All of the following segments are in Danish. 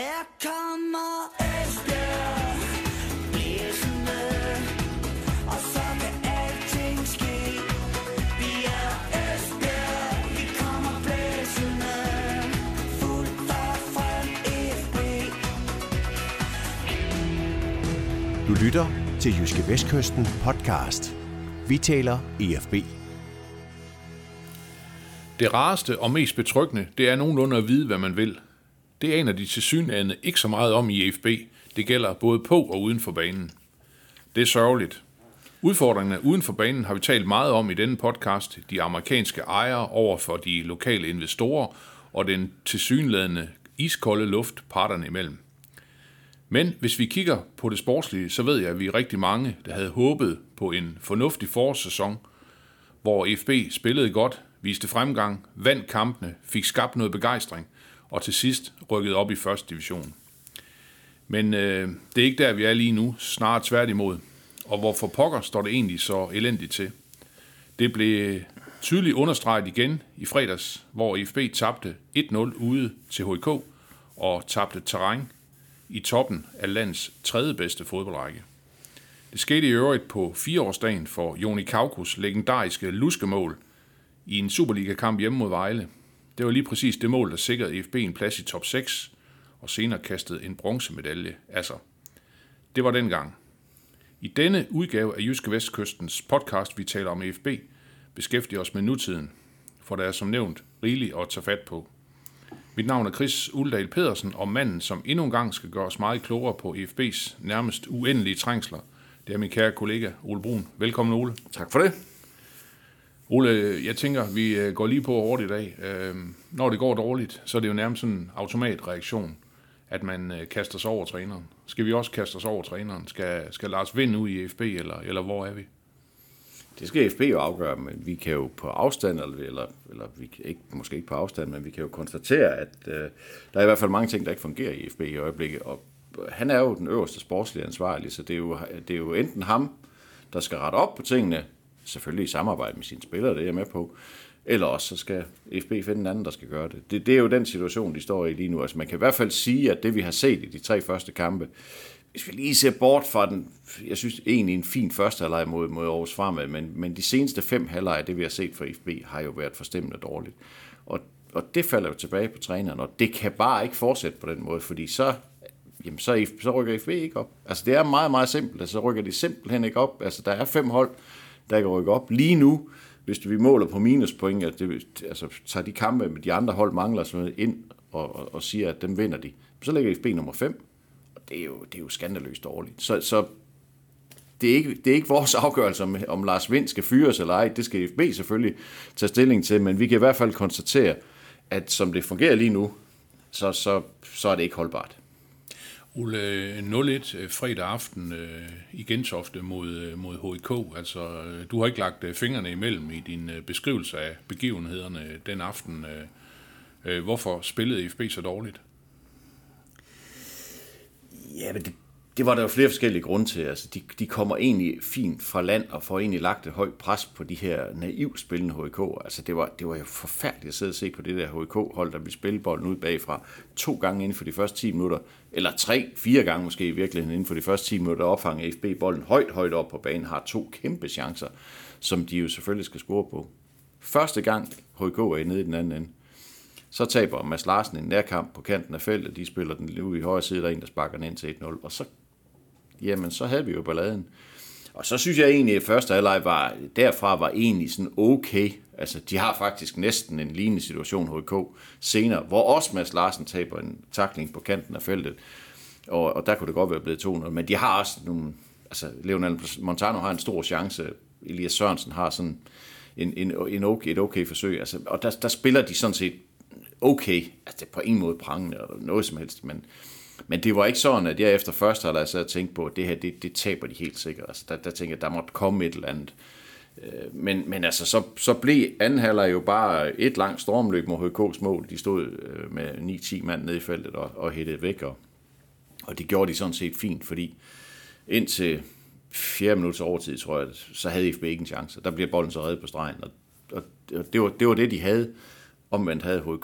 Her kommer Esbjerg blæsende, og så kan alting ske. Vi er Esbjerg, vi kommer blæsende, fuldt og frem FB. Du lytter til Jyske Vestkysten podcast. Vi taler EFB. Det rareste og mest betryggende, det er nogenlunde at vide, hvad man vil. Det aner de tilsyneladende ikke så meget om i EFB. Det gælder både på og uden for banen. Det er sørgeligt. Udfordringerne uden for banen har vi talt meget om i denne podcast. De amerikanske ejere over for de lokale investorer og den tilsyneladende iskolde luft parterne imellem. Men hvis vi kigger på det sportslige, så ved jeg, at vi er rigtig mange, der havde håbet på en fornuftig forårssæson, hvor EFB spillede godt, viste fremgang, vandt kampene, fik skabt noget begejstring og til sidst rykkede op i første division. Men det er ikke der, vi er lige nu, snarere tværtimod. Og hvorfor pokker står det egentlig så elendigt til? Det blev tydeligt understreget igen i fredags, hvor EFB tabte 1-0 ude til HK og tabte terræn i toppen af landets tredje bedste fodboldrække. Det skete i øvrigt på 4-årsdagen for Joni Kaukus legendariske luskemål i en Superliga-kamp hjemme mod Vejle. Det var lige præcis det mål, der sikrede EFB en plads i top 6, og senere kastede en bronzemedalje af sig. Det var dengang. I denne udgave af Jyske Vestkystens podcast, vi taler om EFB, beskæftiger os med nutiden, for der er som nævnt rigeligt at tage fat på. Mit navn er Chris Uldal Pedersen, og manden, som endnu en gang skal gøre os meget klogere på EFB's nærmest uendelige trængsler, det er min kære kollega Ole Brun. Velkommen, Ole. Tak for det. Ole, jeg tænker, vi går lige på hårdt i dag. Når det går dårligt, så er det jo nærmest sådan en automatreaktion, at man kaster sig over træneren. Skal vi også kaste os over træneren? Skal Lars Vind ud i EFB, eller hvor er vi? Det skal FB jo afgøre, men vi kan jo på afstand, eller vi kan ikke, måske ikke på afstand, men vi kan jo konstatere, at der er i hvert fald mange ting, der ikke fungerer i FB i øjeblikket, og han er jo den øverste sportslige ansvarlige, så det er jo enten ham, der skal rette op på tingene, selvfølgelig i samarbejde med sine spillere, det er jeg med på, eller også så skal FB finde en anden, der skal gøre det. Det er jo den situation, de står i lige nu. Altså man kan i hvert fald sige, at det vi har set i de 3 første kampe, hvis vi lige ser bort fra den, jeg synes egentlig en fin første halvleg mod Aarhus Fremad, men de seneste 5 halvleje, det vi har set fra FB, har jo været forstemmende dårligt. Og det falder jo tilbage på træneren, og det kan bare ikke fortsætte på den måde, fordi så rykker FB ikke op. Altså det er meget, meget simpelt, altså så rykker de simpelthen ikke op. Altså der er 5 hold, der kan rykke op. Lige nu, hvis vi måler på minuspoint, altså tager de kampe med de andre hold mangler sådan ind og siger, at dem vinder de, så ligger FB nummer 5. Det er jo skandaløst dårligt. Så det er ikke vores afgørelse, om Lars Vind skal fyres eller ej. Det skal FB selvfølgelig tage stilling til, men vi kan i hvert fald konstatere, at som det fungerer lige nu, så er det ikke holdbart. Ole, 0-1 fredag aften i Gentofte mod HK. Altså, du har ikke lagt fingrene imellem i din beskrivelse af begivenhederne den aften. Hvorfor spillede FB så dårligt? Ja, men det var der jo flere forskellige grunde til. Altså, de kommer egentlig fint fra land og får egentlig lagt et højt pres på de her naivt spillende HK. Altså, det var jo forfærdeligt at sidde og se på det der HK-hold, der ville spille bolden ud bagfra 2 gange inden for de første 10 minutter, eller 3-4 gange måske i virkeligheden inden for de første 10 minutter, opfanger FB bolden højt op på banen, har 2 kæmpe chancer, som de jo selvfølgelig skal score på. Første gang HK er nede i den anden ende, så taber Mads Larsen en nærkamp på kanten af feltet. De spiller den ude i højre side, der er en, der sparker den ind til 1-0. Og så havde vi jo balladen. Og så synes jeg egentlig, at første halvleg var egentlig sådan okay. Altså, de har faktisk næsten en lignende situation HK senere, hvor også Mads Larsen taber en tackling på kanten af feltet. Og der kunne det godt være blevet 2-0. Men de har også nogle... Altså, Leonel Montano har en stor chance. Elias Sørensen har sådan et okay forsøg. Altså, og der spiller de sådan set okay, altså det er på en måde prangende eller noget som helst, men det var ikke sådan, at jeg efter første halvleg så tænkte på, at det her, det taber de helt sikkert. Altså der tænkte jeg, at der måtte komme et eller andet. Men altså, så blev anden halvleg jo bare et langt stormløb mod HK's mål. De stod med 9-10 mand nede i feltet og hættede væk, og det gjorde de sådan set fint, fordi indtil 4 minutter overtid, tror jeg, så havde FB ikke en chance. Der bliver bolden så reddet på stregen, og det var det, de havde. Omvendt havde HK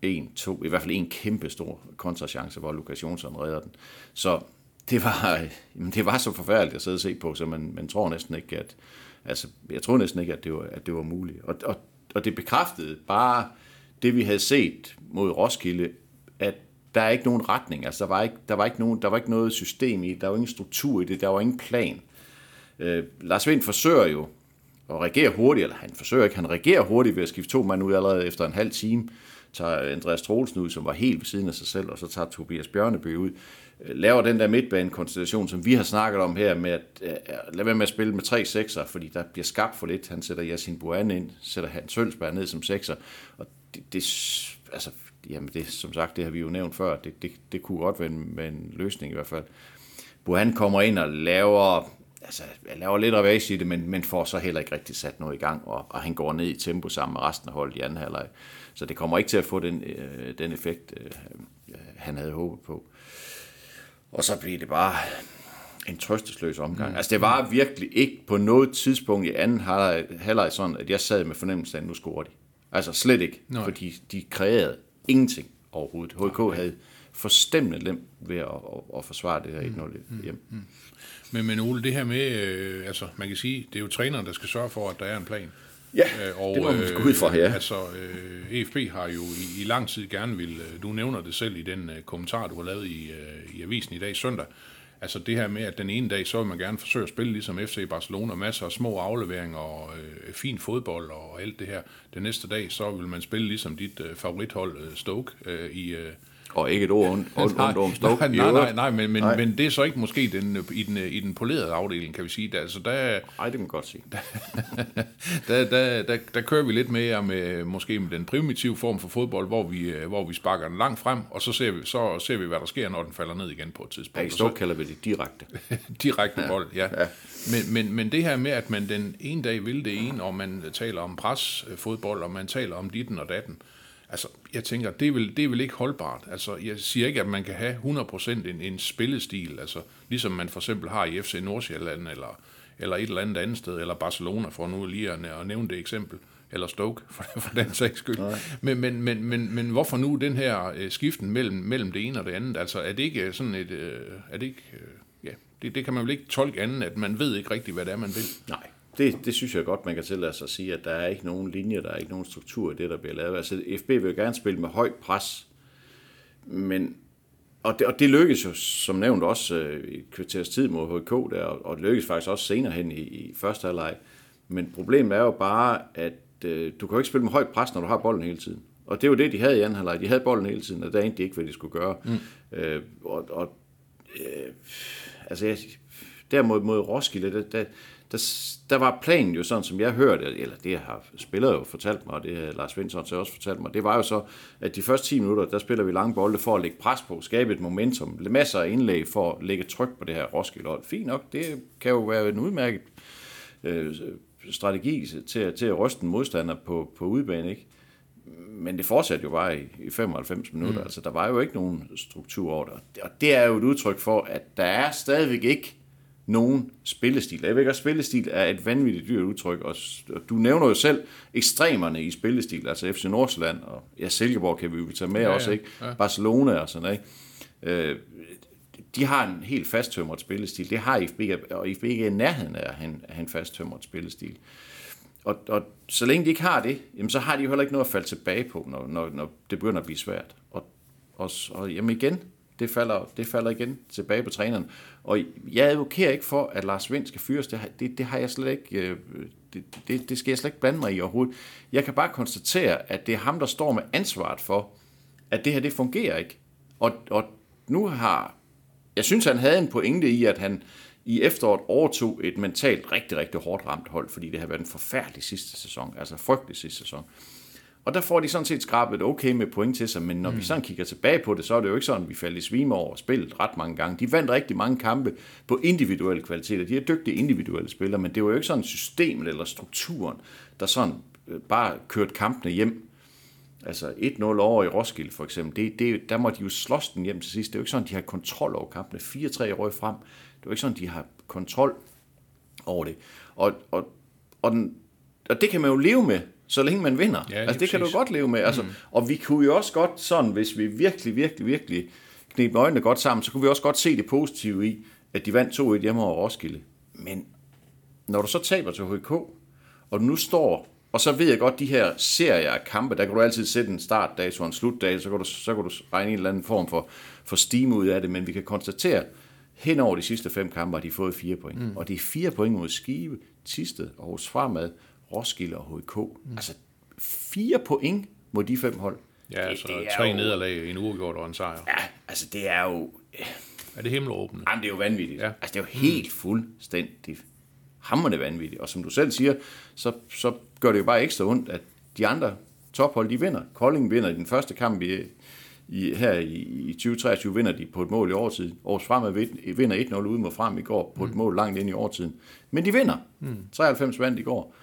1-2, i hvert fald en kæmpe stor kontrachance, hvor Lukas Jonsson redder den. Så det var så forfærdeligt at sidde og se på, så man tror næsten ikke, at jeg tror næsten ikke, at det var muligt. Og det bekræftede bare det, vi havde set mod Roskilde, at der er ikke nogen retning. Altså der var ikke noget system i det, der var ingen struktur i det, der var ingen plan. Lars Wind forsøger jo at reagere hurtigt, eller han reagerer hurtigt ved at skifte 2 mand ud allerede efter en halv time, tager Andreas Troelsen ud, som var helt ved siden af sig selv, og så tager Tobias Bjørneby ud, laver den der midtbanekonstellation, som vi har snakket om her, med at lade være med at spille med 3 sekser, fordi der bliver skabt for lidt. Han sætter Yasin Buan ind, sætter Hans Sølsberg ned som sekser, og det som sagt, det har vi jo nævnt før, det kunne godt være en løsning i hvert fald. Buan kommer ind og laver lidt ravage i det, men får så heller ikke rigtig sat noget i gang, og han går ned i tempo sammen med resten af holdet i anden halvleg. Så det kommer ikke til at få den effekt, han havde håbet på. Og så bliver det bare en trøstesløs omgang. Altså det var virkelig ikke på noget tidspunkt i anden halvleg sådan, at jeg sad med fornemmelsen af, at nu scorer de. Altså slet ikke, fordi de kreerede ingenting overhovedet. HK havde forstemmende nemt ved at forsvare det her 1-0 hjem. Men Ole, det her med, man kan sige, det er jo træneren, der skal sørge for, at der er en plan. Ja, og, det må man gå ud fra her. EFB har jo i lang tid gerne vil, du nævner det selv i den kommentar, du har lavet i avisen i dag søndag, altså det her med, at den ene dag, så vil man gerne forsøge at spille ligesom FC Barcelona, masser af små afleveringer og fin fodbold og alt det her. Den næste dag, så vil man spille ligesom dit favorithold Stoke i... Og ikke et ord ondt om Stoke. Nej, men det er så ikke måske i den polerede afdeling, kan vi sige. Nej, det kan man godt sige. Der kører vi lidt mere med måske med den primitive form for fodbold, hvor vi sparker den langt frem, og så ser vi, hvad der sker, når den falder ned igen på et tidspunkt. Ja, i Stoke kalder vi det direkte. Direkte bold, ja. Men det her med, at man den ene dag vil det ene, og man taler om presfodbold, og man taler om ditten og datten, altså, jeg tænker, det er vel ikke holdbart. Altså, jeg siger ikke, at man kan have 100% en spillestil, altså, ligesom man for eksempel har i FC Nordsjælland, eller et eller andet sted, eller Barcelona, for nu lige at nævne det eksempel, eller Stoke, for den sags skyld. Men hvorfor nu den her skiften mellem det ene og det andet? Altså, er det ikke sådan det kan man vel ikke tolke andet, at man ved ikke rigtigt, hvad det er, man vil? Nej. Det synes jeg godt, man kan tillade sig at sige, at der er ikke nogen linje, der er ikke nogen struktur i det, der bliver lavet. Altså, FB vil jo gerne spille med højt pres, men, og det lykkes jo, som nævnt, også i kvarters tid mod HK der, og det lykkes faktisk også senere hen i første halvleg. Men problemet er jo bare, at du kan jo ikke spille med højt pres, når du har bolden hele tiden. Og det var det, de havde i anden halvleg. De havde bolden hele tiden, og der endte de ikke, hvad de skulle gøre. Der mod Roskilde, der var planen jo sådan, som jeg hørte, eller det har spillere jo fortalt mig, og det har Lars Svensson så også fortalt mig, det var jo så, at de første 10 minutter, der spiller vi lange bolde for at lægge pres på, skabe et momentum, masser af indlæg for at lægge tryk på det her Roskilde-hold. Fint nok, det kan jo være en udmærket strategi til at ryste en modstander på udebane, ikke? Men det fortsatte jo bare i 95 minutter, altså der var jo ikke nogen struktur over det, og det er jo et udtryk for, at der er stadigvæk ikke nogen spillestil. Jeg ved ikke, at spillestil er et vanvittigt dyrt udtryk, og du nævner jo selv ekstremerne i spillestil, altså FC Nordsjælland, og Silkeborg kan vi jo tage med også, ikke? Ja. Barcelona og sådan, ikke? De har en helt fasttømret spillestil. Det har IFB, og IFB ikke er i nærheden af at have en fasttømret spillestil. Og så længe de ikke har det, jamen, så har de jo heller ikke noget at falde tilbage på, når det begynder at blive svært. Og jamen igen, det falder igen tilbage på træneren. Og jeg advokerer ikke for, at Lars Wind skal fyres. Det har jeg slet ikke. Det skal jeg slet ikke blande mig i overhovedet. Jeg kan bare konstatere, at det er ham, der står med ansvaret for, at det her, det fungerer ikke. Og nu har... Jeg synes, han havde en pointe i, at han i efteråret overtog et mentalt rigtig, rigtig hårdt ramt hold, fordi det har været en forfærdelig sidste sæson, altså frygtelig sidste sæson. Og der får de sådan set skrabet okay med point til sig, men når vi sådan kigger tilbage på det, så er det jo ikke sådan, at vi faldt i svime over spillet ret mange gange. De vandt rigtig mange kampe på individuelle kvaliteter. De er dygtige individuelle spillere, men det var jo ikke sådan systemet eller strukturen, der sådan bare kørte kampene hjem. Altså 1-0 over i Roskilde for eksempel, der må de jo slås den hjem til sidst. Det er jo ikke sådan, de har kontrol over kampene. 4-3 røg frem. Det er jo ikke sådan, de har kontrol over det. Og det kan man jo leve med så længe man vinder. Ja, altså det kan du godt leve med. Altså, og vi kunne jo også godt sådan, hvis vi virkelig knep øjnene godt sammen, så kunne vi også godt se det positive i, at de vandt 2-1 hjemme over Roskilde. Men når du så taber til HK, og du nu står, og så ved jeg godt, de her serier af kampe, der kan du altid sætte en startdato og en slutdato, så kan du regne en eller anden form for steam ud af det, men vi kan konstatere, hen over de sidste 5 kampe har de fået 4 point. Og det er 4 point mod Skive, Thisted, Aarhus Fremad, Roskilde og HK. Altså 4 point mod de 5 hold. Ja, altså 3 nederlag, en uafgjort og en sejr. Ja, altså det er jo... Er det himmelråbende? Jamen, det er jo vanvittigt. Ja. Altså det er jo helt fuldstændig hamrende vanvittigt. Og som du selv siger, så gør det jo bare ekstra ondt, at de andre tophold, de vinder. Kolding vinder i den første kamp her i 2023, vinder de på et mål i overtid. Aarhus Fremad vinder 1-0 ude mod Frem i går på et mål langt ind i overtiden. Men de vinder. 93 vandt i går.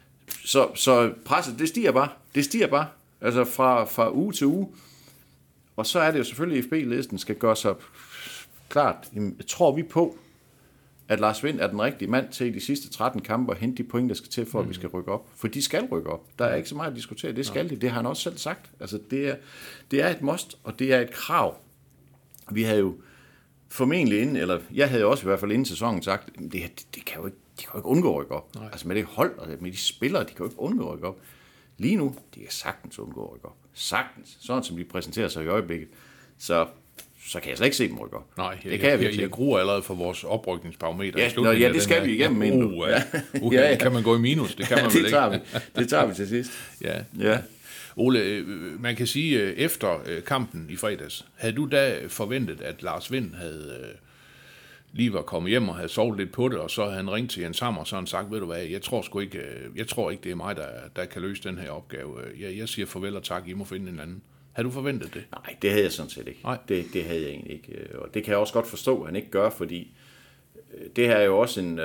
Så presset, det stiger bare. Det stiger bare. Altså fra uge til uge. Og så er det jo selvfølgelig, at FB-listen skal gøre sig klart. Tror vi på, at Lars Vind er den rigtige mand til i de sidste 13 kampe at hente de point, der skal til, for at vi skal rykke op. For de skal rykke op. Der er ikke så meget at diskutere. Det skal de. Det har han også selv sagt. Altså, det er et must, og det er et krav. Vi havde jo formentlig inden, eller jeg havde også i hvert fald inden sæsonen sagt, det kan jo ikke, de kan jo ikke undgå at rykke op. Nej. Altså med det hold og med de spillere, de kan jo ikke undgå at rykke op. Lige nu, de kan sagtens undgå at rykke op. Sagtens. Sådan som de præsenterer sig i øjeblikket. Så kan jeg slet ikke se dem rykke op. Nej, jeg gruer allerede for vores oprykningsbarometer. Ja, det skal vi igennem inden. Kan man gå i minus? Det kan man vel ikke. Det tager vi til sidst. Ja. Ole, man kan sige, efter kampen i fredags, havde du da forventet, at Lars Vind havde lige var kommet hjem og havde sovet lidt på det, og så havde han ringt til Jens Hammer, og så han sagt, ved du hvad, jeg tror ikke, det er mig, der kan løse den her opgave. Jeg siger farvel og tak, I må finde en anden. Havde du forventet det? Nej, det havde jeg sådan set ikke. Det havde jeg egentlig ikke. Og det kan jeg også godt forstå, at han ikke gør, fordi det her er jo også en...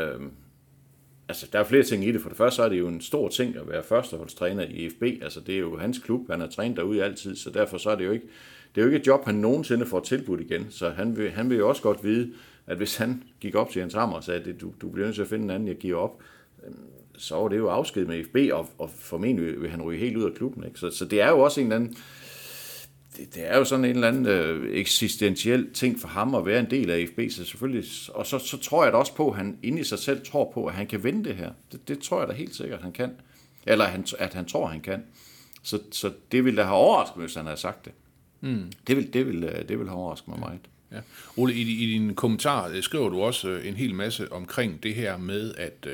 Altså, der er flere ting i det. For det første så er det jo en stor ting at være førsteholdstræner i FB. Altså, det er jo hans klub. Han har trænet derude altid, så derfor så er det jo ikke... Det er jo ikke et job, han nogensinde får tilbudt igen. Så han vil jo også godt vide, at hvis han gik op til Jens Hammer og sagde, at du bliver nødt til at finde en anden, jeg giver op, så var det jo afsked med FB, og formentlig vil han ryge helt ud af klubben. Ikke? Så det er jo også en eller anden... Det er jo sådan en eller anden eksistentiel ting for ham at være en del af FB, så selvfølgelig, og så tror jeg da også på, at han inde i sig selv tror på, at han kan vinde det her. Det tror jeg da helt sikkert, han kan. Eller at han tror, han kan. Så det ville da have overrasket, hvis han havde sagt det. Det vil have overrasket mig meget. Ja. Ole, i din kommentar skriver du også en hel masse omkring det her med, at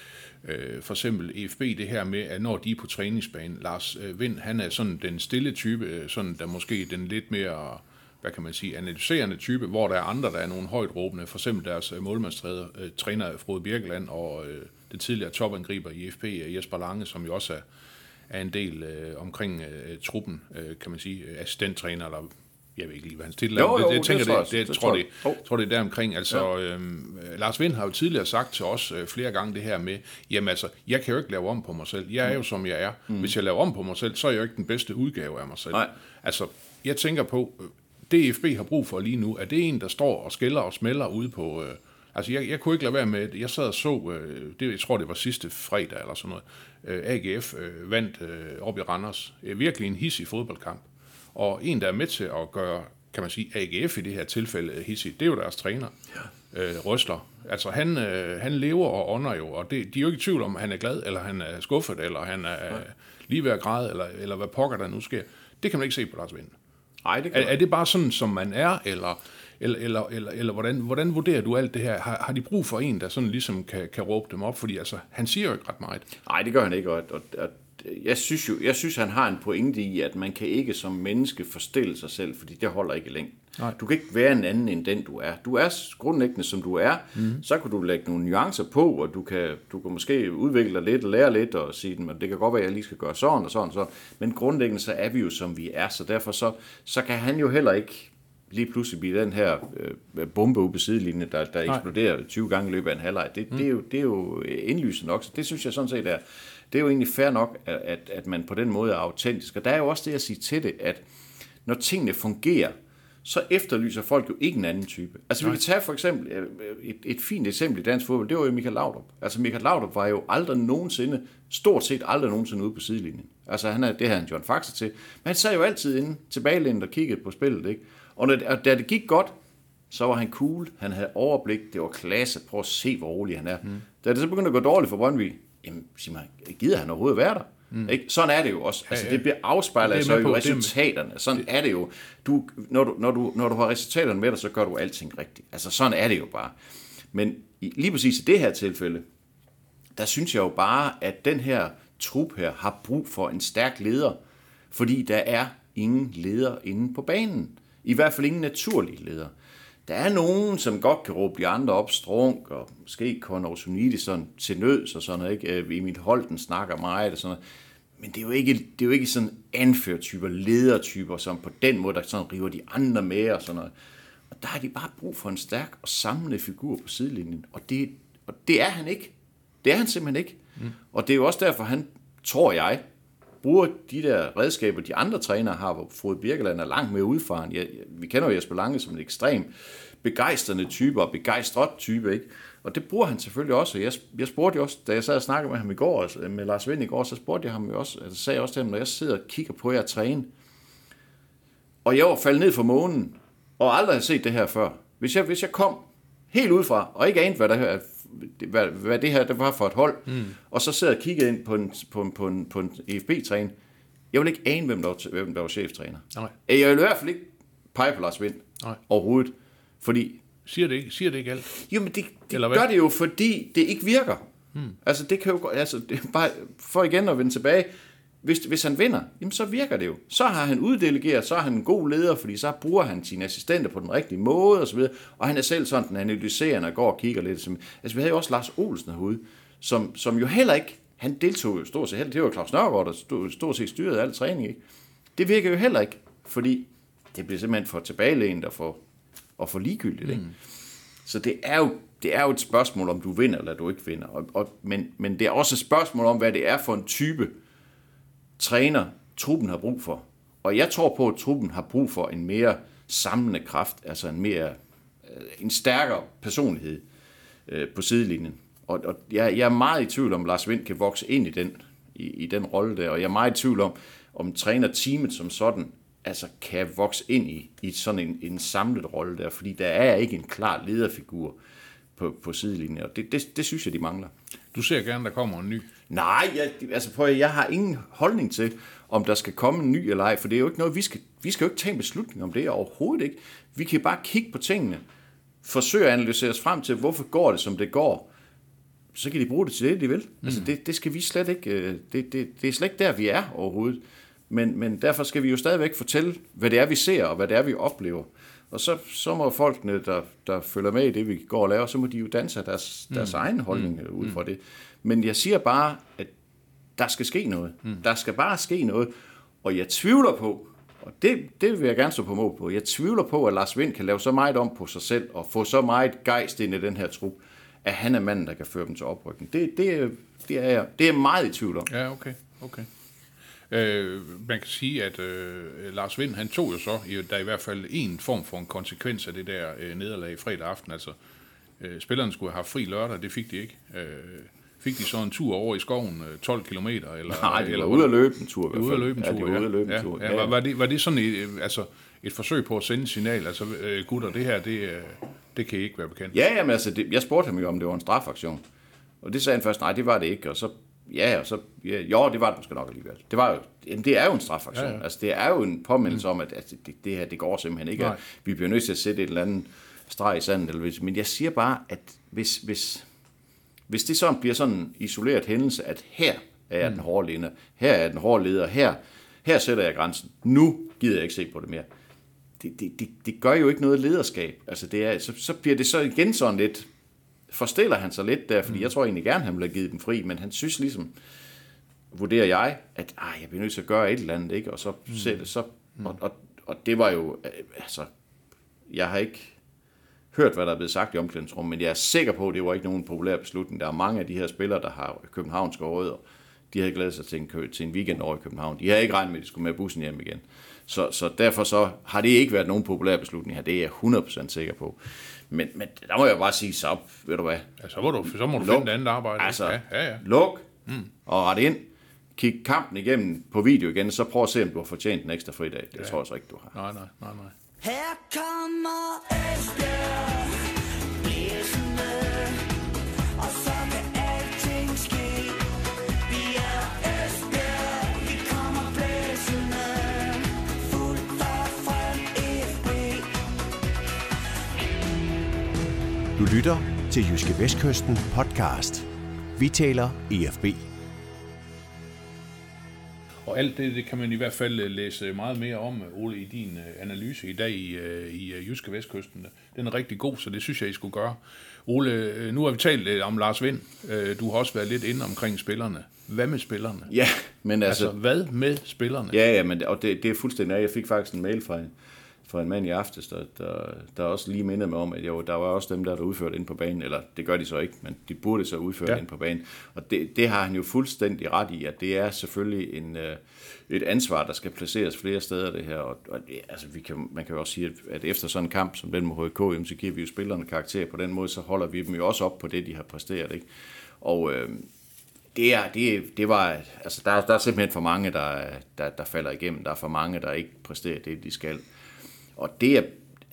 for eksempel EFB, det her med, at når de er på træningsbanen, Lars Vind, han er sådan den stille type, sådan der måske den lidt mere, hvad kan man sige, analyserende type, hvor der er andre, der er nogle højt råbende, for eksempel deres målmandstræner Frode Birkeland og det tidligere topangriber i EFB, Jesper Lange, som jo også er en del omkring truppen, kan man sige, assistenttræner, eller jeg ved ikke lige, hvad hans titel er. Jeg tror, det er der omkring. Altså, Lars Vind har jo tidligere sagt til os flere gange det her med, jamen altså, jeg kan jo ikke lave om på mig selv. Jeg er jo, som jeg er. Hvis jeg laver om på mig selv, så er jeg jo ikke den bedste udgave af mig selv. Nej. Altså, jeg tænker på, det FB har brug for lige nu, er det en, der står og skælder og smælder ude på... Altså, jeg kunne ikke lade være med, jeg sad og så, jeg tror, det var sidste fredag eller sådan noget, AGF vandt op i Randers. Virkelig en hissig fodboldkamp. Og en, der er med til at gøre, kan man sige, AGF i det her tilfælde hissig, det er jo deres træner, Røsler. Altså, han lever og ånder jo, og de er jo ikke i tvivl om, han er glad, eller han er skuffet, eller han er lige ved at græde, eller hvad pokker der nu sker. Det kan man ikke se på Lars Vind. Nej, det kan er det bare sådan, som man er, eller hvordan vurderer du alt det her? Har de brug for en, der sådan ligesom kan råbe dem op? Fordi altså, han siger jo ikke ret meget. Nej, det gør han ikke, og jeg synes, han har en pointe i, at man kan ikke som menneske forstille sig selv, fordi det holder ikke længe. Nej. Du kan ikke være en anden end den, du er. Du er grundlæggende, som du er. Så kan du lægge nogle nuancer på, og du kan måske udvikle dig lidt og lære lidt og sige, at det kan godt være, at jeg lige skal gøre sådan og sådan og sådan. Men grundlæggende, så er vi jo, som vi er. Så derfor så kan han jo heller ikke lige pludselig blive den her bombe ude på sidelinjen, der eksploderer 20 gange i løbet af en halvleg. Det er jo indlysende nok. Så det synes jeg sådan set er... Det er jo egentlig fair nok, at man på den måde er autentisk. Og der er jo også det at sige til det, at når tingene fungerer, så efterlyser folk jo ikke en anden type. Altså vi kan tage for eksempel et fint eksempel i dansk fodbold, det var jo Michael Laudrup. Altså Michael Laudrup var jo stort set aldrig nogensinde ude på sidelinjen. Altså det havde han John Faxe til. Men han sad jo altid inde tilbagelænet og kiggede på spillet, ikke? Og da det gik godt, så var han cool, han havde overblik, det var klasse, prøv at se, hvor rolig han er. Da det så begyndte at gå dårligt for Brøndby, jamen, sig mig, gider han overhovedet være der? Ikke? Sådan er det jo også. Altså, det bliver afspejlet af så resultaterne. Sådan er det jo. Når du har resultaterne med dig, så gør du alting rigtigt. Altså, sådan er det jo bare. Men lige præcis i det her tilfælde, der synes jeg jo bare, at den her trup her har brug for en stærk leder, fordi der er ingen leder inde på banen. I hvert fald ingen naturlige leder. Der er nogen, som godt kan råbe de andre op, Strunk og måske Conor Sunidi sådan til nøds og sådan noget, ikke? Emil Holten snakker meget og sådan noget. Men det er jo ikke sådan anførtyper, ledertyper, som på den måde, der sådan river de andre med og sådan noget. Og der har de bare brug for en stærk og samlende figur på sidelinjen. Og det er han ikke. Det er han simpelthen ikke. Og det er jo også derfor, han, tror jeg, bruger de der redskaber, de andre trænere har, hvor Frode Birkeland er langt mere udfaren. Vi kender jo Jesper Lange som en ekstrem begejstrende type og begejstret type, ikke? Og det bruger han selvfølgelig også. Jeg spurgte jo også, da jeg sad og snakkede med ham i går, med Lars Vind i går, så spurgte jeg ham jo også, altså sagde jeg også til ham, når jeg sidder og kigger på jer træne, og jeg var faldet ned fra månen, og aldrig har set det her før. Hvis jeg kom helt udefra, og ikke anede, hvad det her det var for et hold, og så sidder og kigger ind på en EFB-træne, jeg vil ikke ane, hvem der var cheftræner. Nej. Jeg vil i hvert fald ikke pege på Lars Vind overhovedet, fordi Siger det ikke alt? Jo, men det gør det jo, fordi det ikke virker. Altså, det kan jo det bare for igen at vende tilbage. Hvis han vinder, jamen, så virker det jo. Så har han uddelegeret, så er han en god leder, fordi så bruger han sine assistenter på den rigtige måde, og så videre. Og han er selv sådan, den analyserende og går og kigger lidt. Altså, vi havde jo også Lars Olsen herude, som jo heller ikke, han deltog jo stort set heller, det var Claus Nørgaard, der stort set styrede al træning, ikke? Det virker jo heller ikke, fordi det bliver simpelthen for tilbagelænet og for ligegyldigt, ikke? Så det er jo et spørgsmål, om du vinder eller du ikke vinder. Men det er også et spørgsmål om, hvad det er for en type træner, truppen har brug for. Og jeg tror på, at truppen har brug for en mere samlende kraft, altså en stærkere personlighed på sidelinjen. Og jeg er meget i tvivl om, Lars Vind kan vokse ind i den rolle der, og jeg er meget i tvivl om trænerteamet som sådan altså kan vokse ind i sådan en samlet rolle der, fordi der er ikke en klar lederfigur på sidelinjen, og det synes jeg, de mangler. Du ser gerne, der kommer en ny? Nej, jeg har ingen holdning til, om der skal komme en ny eller ej, for det er jo ikke noget, vi skal jo ikke tage en beslutning om det overhovedet ikke. Vi kan bare kigge på tingene, forsøge at analysere os frem til, hvorfor går det, som det går, så kan de bruge det til det, de vil. Altså det skal vi slet ikke, det er slet ikke der, vi er overhovedet. Men derfor skal vi jo stadigvæk fortælle, hvad det er, vi ser, og hvad det er, vi oplever. Og så må folkene, der følger med i det, vi går og laver, så må de jo danse deres egen holdning ud fra det. Men jeg siger bare, at der skal ske noget. Der skal bare ske noget. Og jeg tvivler på, og det vil jeg gerne stå på mål på, jeg tvivler på, at Lars Vind kan lave så meget om på sig selv, og få så meget gejst ind i den her trup, at han er manden, der kan føre dem til oprykning. Det er jeg meget i tvivl om. Ja, okay. Man kan sige, at Lars Vind, han tog jo så, der er i hvert fald en form for en konsekvens af det der nederlag fredag aften. Altså, spillerne skulle have haft fri lørdag, det fik de ikke. Fik de så en tur over i skoven, 12 kilometer? Nej, det var ude at løbe en tur. Ude at løbe en tur, ja. Var det sådan et forsøg på at sende et signal? Altså, gutter, det her, det kan I ikke være bekendt? Ja, jamen, altså, jeg spurgte ham jo, om det var en strafaktion. Og det sagde han først, nej, det var det ikke. Og så jo, det var det måske nok alligevel. Det er jo en strafaktion. Ja. Altså, det er jo en påmindelse om, at det her, det går simpelthen ikke. Vi bliver nødt til at sætte et eller andet streg i sandet. Men jeg siger bare, at hvis det sådan bliver sådan en isoleret hændelse, at her er den hårde leder, her er den hårde leder, her sætter jeg grænsen. Nu gider jeg ikke se på det mere. Det gør jo ikke noget lederskab. Altså, så bliver det så igen sådan lidt, forstiller han sig lidt der, fordi jeg tror egentlig gerne, han ville have givet dem fri, men han synes ligesom, vurderer jeg, at jeg bliver nødt til at gøre et eller andet, ikke? Og så sætte så, og det var jo, altså, jeg har ikke hørt, hvad der er blevet sagt i omklædningsrummet, men jeg er sikker på, at det var ikke nogen populær beslutning. Der er mange af de her spillere, der har københavnske rødder. De havde glædet sig til en weekend over i København. De havde ikke regnet med, at de skulle med bussen hjem igen. Så derfor så har det ikke været nogen populær beslutning her. Det er jeg 100% sikker på. Men der må jeg bare sige, så ved du hvad. Ja, så må du finde et andet arbejde. Altså, ja. Luk og ret ind. Kig kampen igennem på video igen, så prøv at se, om du har fortjent en ekstra fridag. Det tror jeg så ikke, du har. Nej. Her kommer Esbjerg blæsende, og så kan alting ske. Vi er Esbjerg, vi kommer blæsende, fuldt og frem FB. Du lytter til Jyske Vestkysten podcast. Vi taler EFB. Og alt det kan man i hvert fald læse meget mere om, Ole, i din analyse i dag i Jyske Vestkysten. Den er rigtig god, så det synes jeg, I skulle gøre. Ole, nu har vi talt om Lars Vind. Du har også været lidt inde omkring spillerne. Hvad med spillerne? Ja, men altså hvad med spillerne? Ja, men og det er fuldstændig. Jeg fik faktisk en mail fra en mand i aftes, der også lige mindede mig om, at jo, der var også dem, der udførte ind på banen, eller det gør de så ikke, men de burde så udføre ind på banen. Og det har han jo fuldstændig ret i, at det er selvfølgelig et ansvar, der skal placeres flere steder, det her. Og altså, man kan jo også sige, at efter sådan en kamp som den mod HK, så giver vi jo spillerne karakter på den måde, så holder vi dem jo også op på det, de har præsteret, ikke? Og det var, altså der er simpelthen for mange, der falder igennem. Der er for mange, der ikke præsterer det, de skal. Og det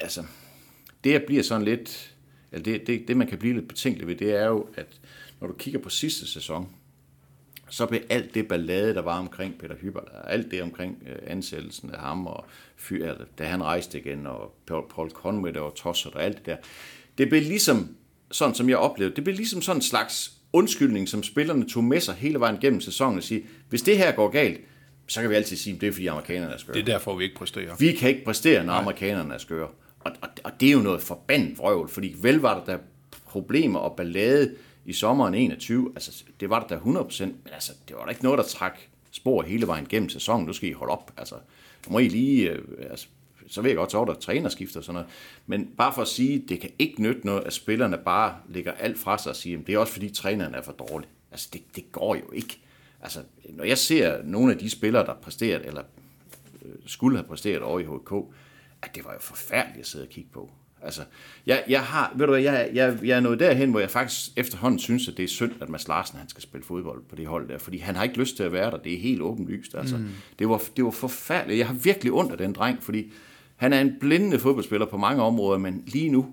bliver sådan lidt, altså det man kan blive lidt betænkelig ved, det er jo, at når du kigger på sidste sæson, så blev alt det ballade, der var omkring Peter Hübers, alt det omkring ansættelsen af ham, og da han rejste igen, og Paul Conway, der var tosset, og alt det der, det blev ligesom, sådan som jeg oplevede, det blev ligesom sådan en slags undskyldning, som spillerne tog med sig hele vejen gennem sæsonen og sige, hvis det her går galt, så kan vi altid sige, at det er fordi amerikanerne er skøre. Det er derfor, vi ikke præsterer. Vi kan ikke præstere, når amerikanerne er skøre. Og det er jo noget forbandet vrøvl, fordi vel var der problemer og ballade i sommeren 21, altså det var der 100%, men altså det var der ikke noget, der trak spor hele vejen gennem sæsonen. Nu skal I holde op, altså nu må I lige, så ved jeg godt, så var der trænerskift og sådan noget, men bare for at sige, det kan ikke nytte noget, at spillerne bare lægger alt fra sig og siger, at det er også fordi træneren er for dårlig. Altså det går jo ikke. Altså, når jeg ser nogle af de spillere, der præsterede, eller skulle have præsteret over i HK, at det var jo forfærdeligt at sidde og kigge på. Altså, jeg er nået derhen, hvor jeg faktisk efterhånden synes, at det er synd, at Mads Larsen han skal spille fodbold på det hold der, fordi han har ikke lyst til at være der. Det er helt åbenlyst. Altså. Det var forfærdeligt. Jeg har virkelig ondt af den dreng, fordi han er en blindende fodboldspiller på mange områder, men lige nu,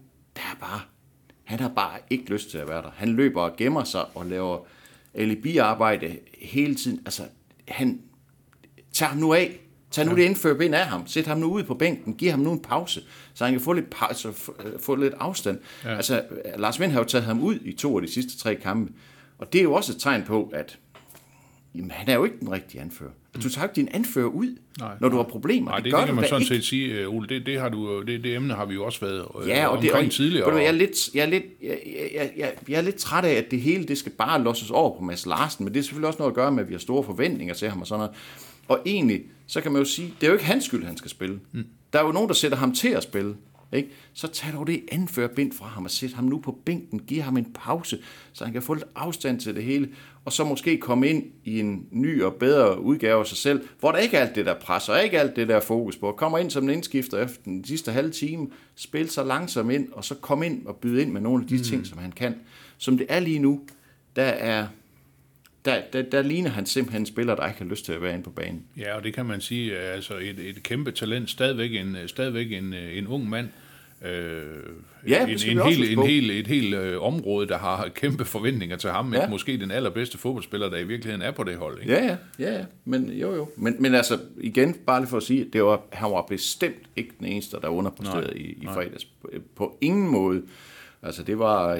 han har bare ikke lyst til at være der. Han løber og gemmer sig og laver alibi-arbejde hele tiden. Altså, han tager ham nu af. Tag nu det indførbind af ham. Sæt ham nu ud på bænken. Giv ham nu en pause, så han kan få lidt afstand. Ja. Altså, Lars Vind har jo taget ham ud i 2 af de sidste 3 kampe. Og det er jo også et tegn på, at han er jo ikke den rigtige anfører. Du tager ikke din anfører ud, når du har problemer. Nej, det kan man sådan set sige, Ole. Det emne har vi jo også været omkring tidligere. Jeg er lidt træt af, at det hele det skal bare losses over på Mads Larsen, men det er selvfølgelig også noget at gøre med, at vi har store forventninger til ham og sådan noget. Og egentlig, så kan man jo sige, det er jo ikke hans skyld, han skal spille. Der er jo nogen, der sætter ham til at spille. Ikke? Så tag dog det anførbind fra ham og sæt ham nu på bænken, giv ham en pause, så han kan få lidt afstand til det hele, og så måske komme ind i en ny og bedre udgave af sig selv, hvor der ikke er alt det der pres, og ikke alt det der fokus på. Kommer ind som en indskifter efter den sidste halve time, spil så langsomt ind, og så komme ind og byde ind med nogle af de ting, som han kan. Som det er lige nu, der ligner han simpelthen en spiller, der ikke har lyst til at være inde på banen. Ja, og det kan man sige, altså et kæmpe talent, stadigvæk en ung mand. Et helt område, der har kæmpe forventninger til ham, ikke? Måske den allerbedste fodboldspiller, der i virkeligheden er på det hold. Ikke? Ja, men jo. Men altså, igen, bare lige for at sige, han var bestemt ikke den eneste, der underpræsterede i fredags. På ingen måde. Altså, det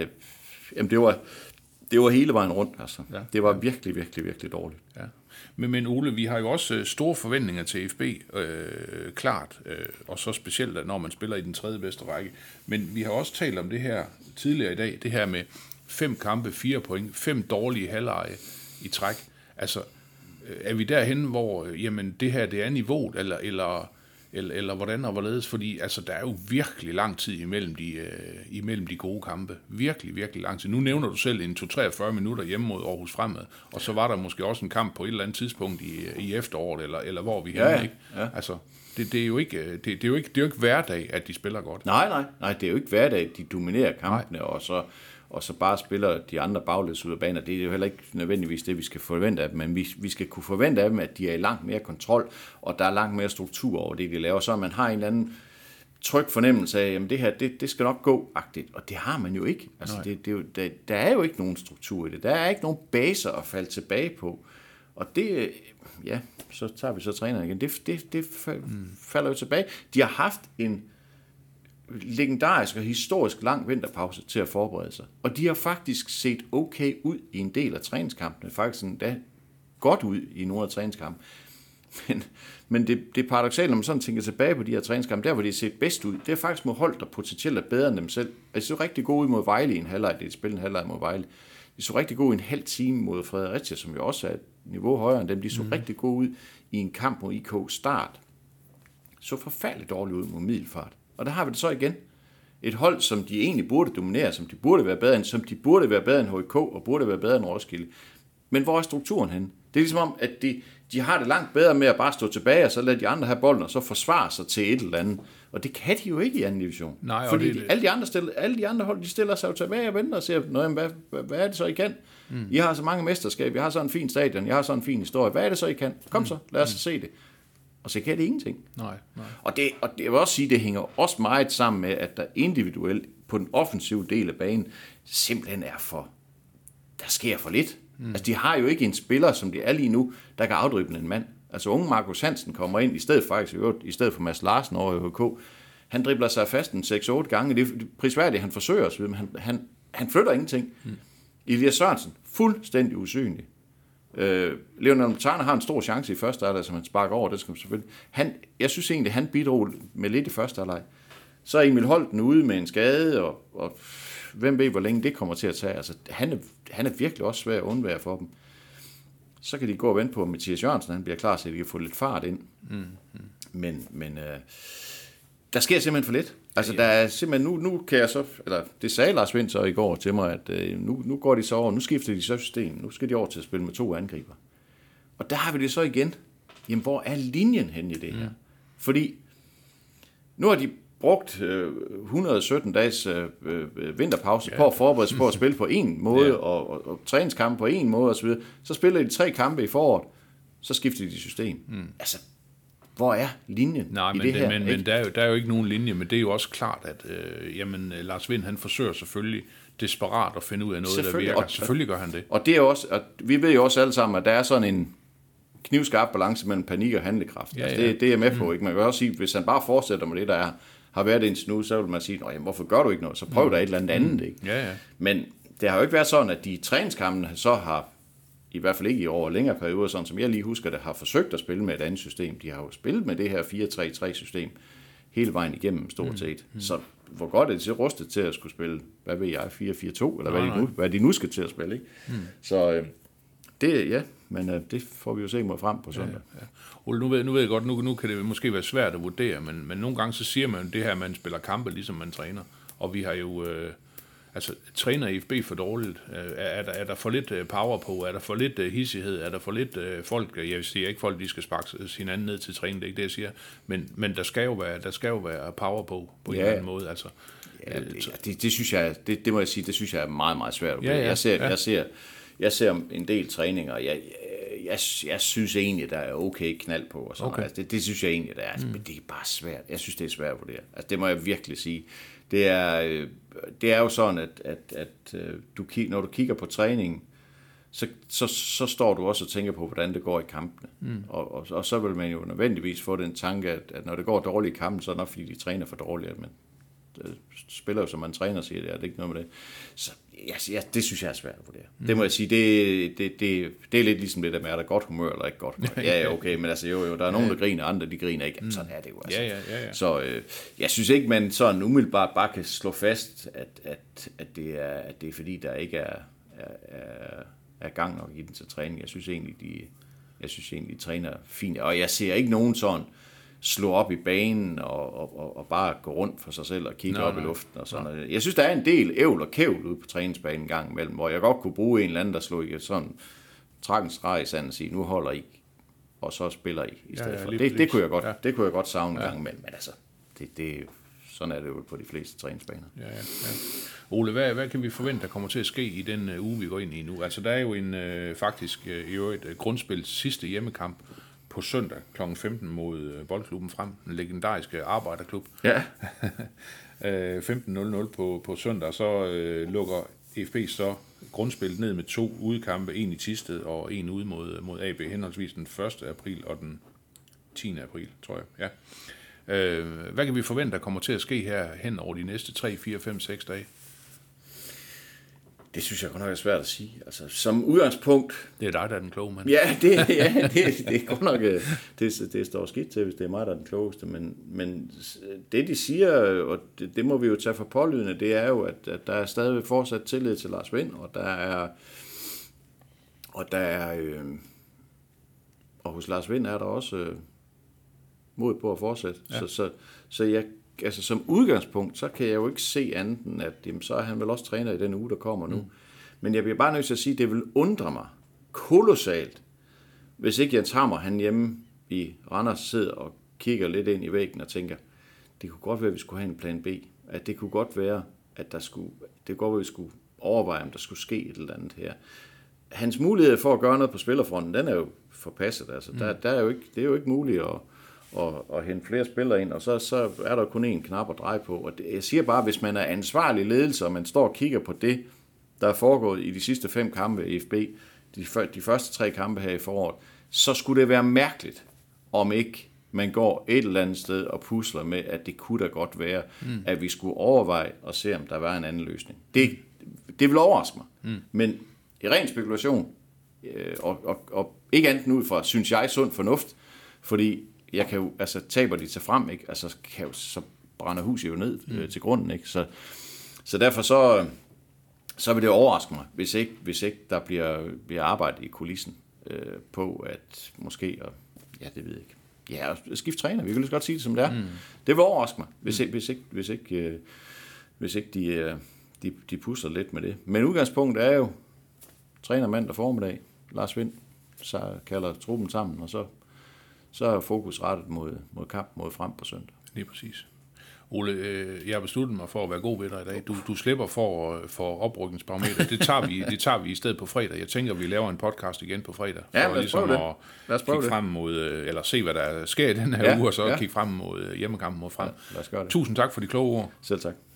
var hele vejen rundt, altså. Ja. Det var virkelig, virkelig, virkelig dårligt. Ja. Men Ole, vi har jo også store forventninger til FB, klart, og så specielt, når man spiller i den 3. bedste række. Men vi har også talt om det her tidligere i dag, det her med 5 kampe, 4 point, 5 dårlige halvleje i træk. Altså, er vi derhen, hvor jamen, det her det er niveauet, eller eller hvordan og hvorledes, fordi altså, der er jo virkelig lang tid imellem de gode kampe. Virkelig, virkelig lang tid. Nu nævner du selv en 2-43 minutter hjemme mod Aarhus Fremad, og så var der måske også en kamp på et eller andet tidspunkt i efteråret, eller hvor vi henne, ikke? Ja. Altså, det er jo ikke hverdag, at de spiller godt. Nej, det er jo ikke hverdag, de dominerer kampene, og så bare spiller de andre baglæns ud af banen. Det er jo heller ikke nødvendigvis det, vi skal forvente af dem, men vi skal kunne forvente af dem, at de er i langt mere kontrol, og der er langt mere struktur over det, de laver, så man har en eller anden tryg fornemmelse af, at det her, det skal nok gå-agtigt, og det har man jo ikke. Altså, der er jo ikke nogen struktur i det. Der er ikke nogen baser at falde tilbage på, og det, ja, så tager vi så træneren igen. Det falder jo tilbage. De har haft en legendarisk og historisk lang vinterpause til at forberede sig. Og de har faktisk set okay ud i en del af træningskampene. Faktisk endda godt ud i nogle af træningskampene. Men det er paradoksalt, når man sådan tænker tilbage på de her træningskampe, der hvor de har set bedst ud, det er faktisk mod hold, der potentielt er bedre end dem selv. Altså, de så rigtig gode ud mod Vejle i en halvleg, det er et spil en halvleg mod Vejle. De så rigtig gode i en halv time mod Fredericia, som jo også er et niveau højere end dem. De så rigtig gode ud i en kamp mod IK Start. Så forfærdeligt dårligt ud mod Middelfart. Og der har vi det så igen. Et hold, som de egentlig burde dominere, som de burde være bedre end, som de burde være bedre end HK, og burde være bedre end Roskilde. Men hvor er strukturen henne? Det er ligesom om, at de har det langt bedre med at bare stå tilbage, og så lade de andre have bolden, og så forsvare sig til et eller andet. Og det kan de jo ikke i anden division. Nej, fordi alle de andre hold, de stiller sig jo tilbage og venter og siger, hvad er det så, I kan? I har så mange mesterskab, jeg har så en fin stadion, jeg har så en fin historie. Hvad er det så, I kan? Kom så, lad os se det. Og så kan det ingenting. Nej. Og det vil også sige, det hænger også meget sammen med, at der individuelt på den offensive del af banen simpelthen der sker for lidt. Altså, de har jo ikke en spiller, som de er lige nu, der kan afdrible en mand. Altså, unge Markus Hansen kommer ind, i stedet for Mads Larsen over i HK. Han dribler sig fast en 6-8 gange. Det er prisværdigt, han forsøger osv., men han flytter ingenting. Elias Sørensen, fuldstændig usynlig. Leonard Montana har en stor chance i første halvleg, som han sparker over, det skal man selvfølgelig. Jeg synes egentlig, han bidrog med lidt i første halvleg. Så er Emil Holten ude med en skade, og hvem ved, hvor længe det kommer til at tage. Altså, han er virkelig også svær at undvære for dem. Så kan de gå og vente på, at Mathias Jørgensen han bliver klar, så de kan få lidt fart ind. Men der sker simpelthen for lidt. Altså, der er simpelthen, nu kan jeg så, eller det sagde Lars Vind så i går til mig, at nu går de så over, nu skifter de så system, nu skal de over til at spille med 2 angriber. Og der har vi det så igen. Jamen, hvor er linjen hen i det her? Fordi nu har de brugt 117 dages vinterpause på at forberede sig på at spille på en måde, og træningskampe på en måde osv. Så spiller de 3 kampe i foråret, så skifter de system. Altså, hvor er linjen i det her? Men der er jo ikke nogen linje, men det er jo også klart, at Lars Vind, han forsøger selvfølgelig desperat at finde ud af noget, der virker. Selvfølgelig gør han det. Og det er også, at vi ved jo også alle sammen, at der er sådan en knivskarp balance mellem panik og handlekraft. Altså, det er jeg med på. Ikke? Man kan også sige, hvis han bare fortsætter med det, der har været indtil nu, så vil man sige, hvorfor gør du ikke noget? Så prøv der et eller andet. Ikke? Ja. Men det har jo ikke været sådan, at de i træningskampene så har, i hvert fald ikke i over længere perioder, sådan som jeg lige husker, der har forsøgt at spille med et andet system. De har jo spillet med det her 4-3-3-system hele vejen igennem stort set. Så hvor godt er de så rustet til at skulle spille, hvad ved jeg, 4-4-2, eller hvad de nu skal til at spille. Ikke? Så men det får vi jo se mod frem på søndag. Ja. Ole, nu ved jeg godt, nu kan det måske være svært at vurdere, men nogle gange så siger man det her, at man spiller kampe, ligesom man træner. Og vi har jo træner IFB for dårligt. Er der for lidt power på? Er der for lidt hissighed? Er der for lidt folk? Jeg siger ikke folk, de skal sparke hinanden ned til træning, det er ikke det, jeg siger. Men der skal jo være power på en eller anden måde. Altså. Ja, det synes jeg, det må jeg sige, det synes jeg er meget, meget svært. Jeg ser en del træninger, jeg synes egentlig, der er okay knald på. Og okay. Altså, det synes jeg egentlig, der er. Men det er bare svært. Jeg synes, det er svært at vurdere. Altså, det må jeg virkelig sige. Det er jo sådan, at når du kigger på træningen, så står du også og tænker på, hvordan det går i kampene. Og så vil man jo nødvendigvis få den tanke, at når det går dårligt i kampen, så er det nok, fordi de træner for dårligt. Men spiller jo, som man træner, siger det er ikke noget med det. Så det synes jeg er svært at vurdere. Det må jeg sige, det er lidt ligesom det der med, er der godt humør eller ikke godt humør. Ja, okay, men altså jo, der er nogen, der griner, andre de griner ikke. Jamen, sådan er det jo altså. Ja. Så jeg synes ikke, man sådan umiddelbart bare kan slå fast, at det er fordi, der ikke er gang nok i den til træning. Jeg synes egentlig, de træner fint. Og jeg ser ikke nogen sådan slå op i banen og bare gå rundt for sig selv og kigge op i luften og sådan noget. Jeg synes, der er en del ævl og kævl ude på træningsbanen en gang imellem, hvor jeg godt kunne bruge en eller anden, der slog i sådan trækken streg i sanden og sige, nu holder I, og så spiller I stedet for. Det kunne jeg godt savne en gang imellem, men altså, sådan er det jo på de fleste træningsbaner. Ja. Ole, hvad kan vi forvente, der kommer til at ske i den uge, vi går ind i nu? Altså, der er jo faktisk i øvrigt grundspil sidste hjemmekamp på søndag kl. 15 mod Boldklubben Frem, den legendariske arbejderklub. Ja. 15:00 på søndag, så lukker FB så grundspillet ned med 2 udekampe, en i Thisted og en ude mod AB, henholdsvis den 1. april og den 10. april, tror jeg. Ja. Hvad kan vi forvente, der kommer til at ske her hen over de næste 3, 4, 5, 6 dage? Det synes jeg godt nok er svært at sige. Altså, som udgangspunkt... Det er dig, der er den kloge mand. Ja, det er godt nok... Det står skidt til, hvis det er mig, der er den klogeste. Men det, de siger, og det må vi jo tage for pålydende, det er jo, at der er stadig fortsat tillid til Lars Wind, og hos Lars Wind er der også mod på at fortsætte. Ja. Så jeg... Altså som udgangspunkt, så kan jeg jo ikke se andet end, at jamen, så er han vel også træner i den uge, der kommer nu. Men jeg bliver bare nødt til at sige, at det vil undre mig kolossalt, hvis ikke Jens Hammer, han hjemme i Randers, sidder og kigger lidt ind i væggen og tænker, det kunne godt være, at vi skulle have en plan B. At det kunne godt være, at vi skulle overveje, om der skulle ske et eller andet her. Hans mulighed for at gøre noget på spillerfronten, den er jo forpasset. Altså, det er jo ikke muligt at hente flere spillere ind, og så er der kun én knap at dreje på. Og jeg siger bare, hvis man er ansvarlig ledelse, og man står og kigger på det, der er foregået i de sidste 5 kampe i FB, de første 3 kampe her i foråret, så skulle det være mærkeligt, om ikke man går et eller andet sted og pusler med, at det kunne da godt være, at vi skulle overveje og se, om der var en anden løsning. Det vil overraske mig. Men i ren spekulation, og ikke andet ud fra, synes jeg, sund fornuft, fordi jeg kan jo, altså taber de til frem, ikke? Altså så brænder huset jo ned til grunden, ikke? Så derfor så vil det overraske mig, hvis ikke der bliver arbejdet i kulissen på at måske, ja, det ved jeg ikke. Ja, skift træner, vi kan lige godt sige det som det er. Det vil overraske mig, hvis ikke de pusser lidt med det. Men udgangspunktet er jo træner mandag formiddag, Lars Wind, så kalder truppen sammen, og så er fokus rettet mod kamp mod Frem på søndag. Lige præcis. Ole, jeg har besluttet mig for at være god ved dig i dag. Du slipper for oprykningsbarometer. Det tager vi i stedet på fredag. Jeg tænker, vi laver en podcast igen på fredag. Ja, lad os prøve det. Lad os prøve frem mod, eller se, hvad der sker i den her uge, og så kigge frem mod hjemmekampen mod Frem. Ja, lad os gøre det. Tusind tak for de kloge ord. Selv tak.